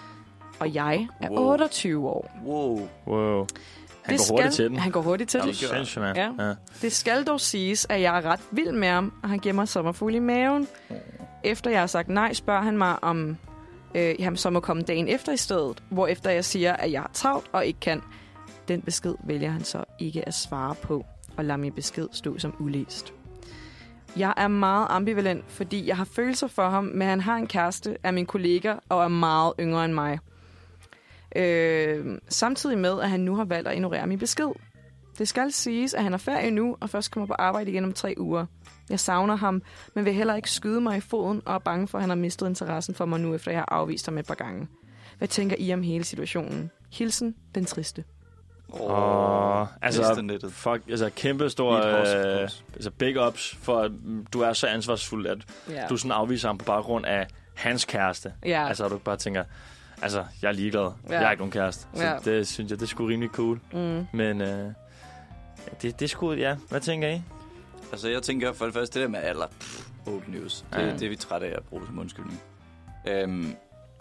og jeg er Wow. otteogtyve år. Wow. Wow. Han Det går hurtigt til den. Han går hurtigt til Det er den. sindssygt, mand. Ja. Ja. Det skal dog siges, at jeg er ret vild med ham, og han giver mig sommerfugl i maven. Efter jeg har sagt nej, spørger han mig, om øh, han så må komme dagen efter i stedet, hvorefter jeg siger, at jeg har travlt og ikke kan. Den besked vælger han så ikke at svare på, og lader min besked stå som ulæst. Jeg er meget ambivalent, fordi jeg har følelser for ham, men han har en kæreste, er min kollega og er meget yngre end mig. Øh, samtidig med, at han nu har valgt at ignorere min besked. Det skal siges, at han er ferie nu, og først kommer på arbejde igen om tre uger. Jeg savner ham, men vil heller ikke skyde mig i foden, og er bange for, at han har mistet interessen for mig nu, efter jeg har afvist ham et par gange. Hvad tænker I om hele situationen? Hilsen, den triste. Og altså, Listenettet. fuck, altså kæmpe stor, Lige et horse, øh, horse. altså big ups for, at mm, du er så ansvarsfuld, at Ja. du sådan afviser ham på baggrund af hans kæreste. Ja. Altså, at du bare tænker, altså, jeg er ligeglad. Ja. Jeg har ikke nogen kæreste. Så Ja. det synes jeg, det er sgu rimelig cool. Mm. Men øh, det, det er sgu, ja. Hvad tænker I? Altså, jeg tænker for det første, det der med alder, pff, old news. Det, Ja. det er vi trætte af at bruge det som undskyldning. Øhm,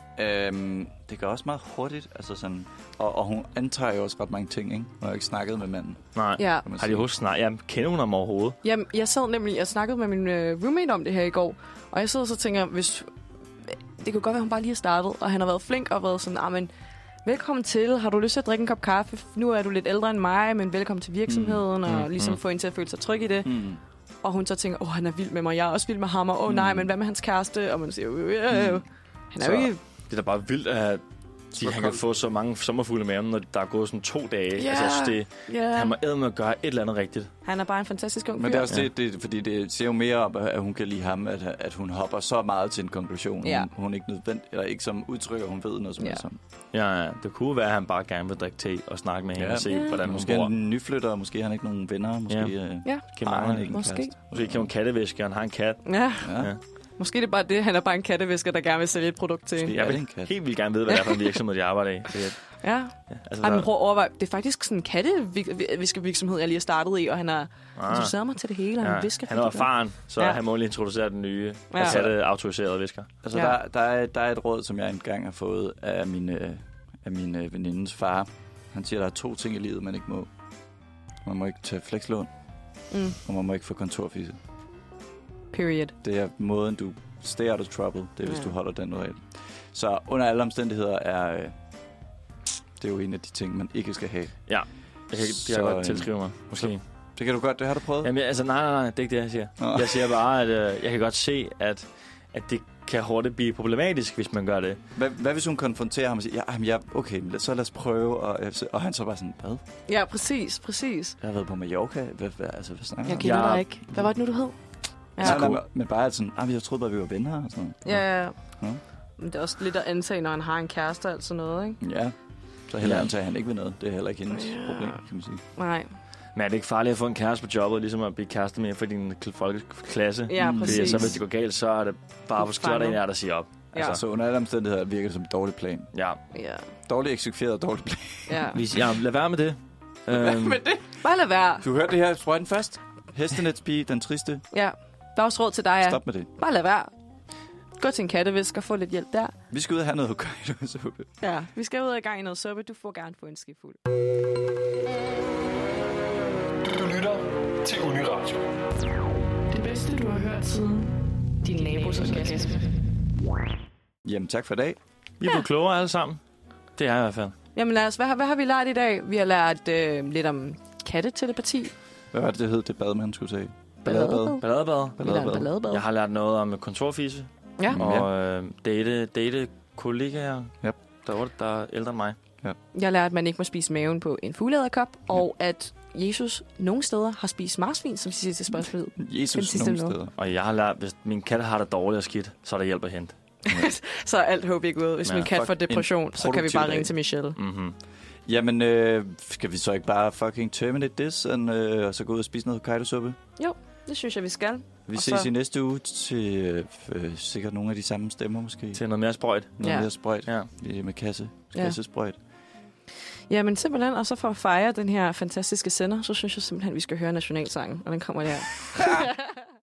øhm, det går også meget hurtigt, altså sådan, og, og hun antager jo også ret mange ting, ikke? Hun har jo ikke snakket med manden. Nej. Ja. kan man Har de sige. husket snart? Ja, kender hun ham overhovedet? Jamen, jeg sad nemlig, jeg snakkede med min øh, roommate om det her i går, og jeg sidder så og tænker, hvis, det kunne godt være, at hun bare lige har startet, og han har været flink og været sådan, ah, men velkommen til, har du lyst til at drikke en kop kaffe? Nu er du lidt ældre end mig, men velkommen til virksomheden, mm. og Mm, ligesom mm. få en til at føle sig tryg i det. Mm. Og hun så tænker, åh, han er vild med mig, jeg er også vild med ham, og åh oh, nej, Mm. men hvad med hans kæreste? Og man siger, øh, øh, øh. Mm. Han er Så- jo ikke... Det er da bare vildt, at de, Så han kan kom- få så mange sommerfugle med ham, når der er gået sådan to dage. Ja. Altså, jeg synes, det, Ja, han må æde med at gøre et eller andet rigtigt. han er bare en fantastisk ung Men fyr. det er også Ja. det, det, fordi det ser jo mere op, at hun kan lide ham, at, at hun hopper så meget til en konklusion. Ja. Hun, hun ikke nødvendigt, eller ikke som udtrykker, hun ved noget som Ja. helst om. Ja, ja, det kunne være, at han bare gerne vil drikke te og snakke med hende Ja. og se, Ja. hvordan hun Måske er bor. han en nyflytter, måske har han ikke nogen venner, måske Ja. øh, Ja. Kan har mange, han ikke en Måske. kæreste. måske kan hun katteviske, og han har en kat. Ja, Ja. Ja. måske det er bare det. Han er bare en kattevisker, der gerne vil sælge et produkt til. Jeg er det vil en kat? helt vildt gerne vide, hvad det er for en virksomhed, de arbejder i. Det er, Ja. ja, altså, Ej, men der- prøv at overveje. Det er faktisk sådan en katteviskervirksomhed, jeg lige har startet i, og han har Ah. introduceret mig til det hele, og han Ja, visker han er rigtig godt. erfaren, så Ja. han må lige introducere den nye Ja. ja. katteautoriserede visker. Altså, Ja. ja. der, der, er, der er et råd, som jeg engang har fået af min, øh, af min øh, venindens far. Han siger, at der er to ting i livet, man ikke må. Man må ikke tage flekslån, Mm. og man må ikke få kontorfisse. Period. Det er måden, du stay out of trouble. Det er, hvis Ja. du holder den regel. Så under alle omstændigheder er... Øh, det er jo en af de ting, man ikke skal have. Ja, jeg kan, det Så, kan jeg øh, godt tilskrive mig, måske. Det kan du godt, det har du prøvet? Jamen, jeg- altså, nej, nej, nej, det er ikke det, jeg siger. Nå. Jeg siger bare, at øh, jeg kan godt se, at, at det kan hurtigt blive problematisk, hvis man gør det. Hvad, hvad hvis hun konfronterer ham og siger, ja, jamen, jeg, okay, men lad- så lad os prøve, og, og han så bare sådan, hvad? Ja, præcis, præcis. Jeg har været på Mallorca, hvad, hvad, altså, hvad snakker Jeg du om? kender Jeg- dig ikke. Hvad var det nu, du hed? Ja, Nej, nej, men- men bare sådan, ah, jeg troede bare, vi var venner og sådan noget. ja, ja. Nå. Men det er også lidt at antage, når han har en kæreste og alt sådan noget, ikke? Ja, så heller Ja. antager, at han ikke vil noget. Det er heller ikke hendes Ja. problem, kan man sige. Nej. Men er det ikke farligt at få en kæreste på jobbet, ligesom at blive kæreste med for din kl- folkeklasse? Ja, Mm. Fordi præcis. så hvis det går galt, så er det bare på sklotter en af, der siger op. Ja. Altså, Så under alle omstændigheder virker det som en dårlig plan. ja. Ja. Dårligt eksekveret og dårlig plan. Ja. Vi, ja, lad være med det. Øhm, Bare lad være. Du hørte det her, sprøj den først. Hestenetspige, den triste. Ja. Der er også råd til dig, ja. Stop med det. Bare lad være. Gå til en kattevisk og få lidt hjælp der. Vi skal ud og have noget Hokkaido-suppe. Ja. Vi skal ud og i gang i noget suppe. Du får gerne få en skefuld. Du lytter til Uniradio. Det bedste, du har hørt siden din nabos orgasme. Jamen, tak for i dag. vi er blevet klogere alle sammen. Det er jeg i hvert fald. Jamen lad os, hvad, har- hvad har vi lært i dag? Vi har lært øh, lidt om kattetelepati. Hvad var det, det hed, det bad, man skulle tage? Balladebad. Balladebad. Vi har lært Balladebad. balladebad. Jeg har lært noget om kontorfise. Ja. Mm. Og øh, date, date kollegaer, Yep. der, er- der er ældre end mig. Jeg har lært, at man ikke må spise maven på en fugleæderkop, og at Jesus nogle steder har spist marsvin, som sidste spørgsmål. Den Jesus sidste nogle nu. steder. Og jeg har lært, hvis min kat har det dårligt og skidt, så er der hjælp at hente. Så er alt håb ikke ude. Hvis Ja, min kat fuck, får depression, så kan vi produktiv bare dag. ringe til Michelle. Mm-hmm. Jamen, øh, skal vi så ikke bare fucking terminate this, and, øh, og så gå ud og spise noget Hokkaido-suppe? Det synes jeg, vi skal. Vi Og ses så- i næste uge til øh, øh, sikkert nogle af de samme stemmer, måske. Til noget mere sprøjt. Noget Ja. mere sprøjt. Ja. Lige med kasse. Ja. Kassesprøjt. Jamen simpelthen, og så for at fejre den her fantastiske sender, så synes jeg simpelthen, vi skal høre nationalsangen, og den kommer der.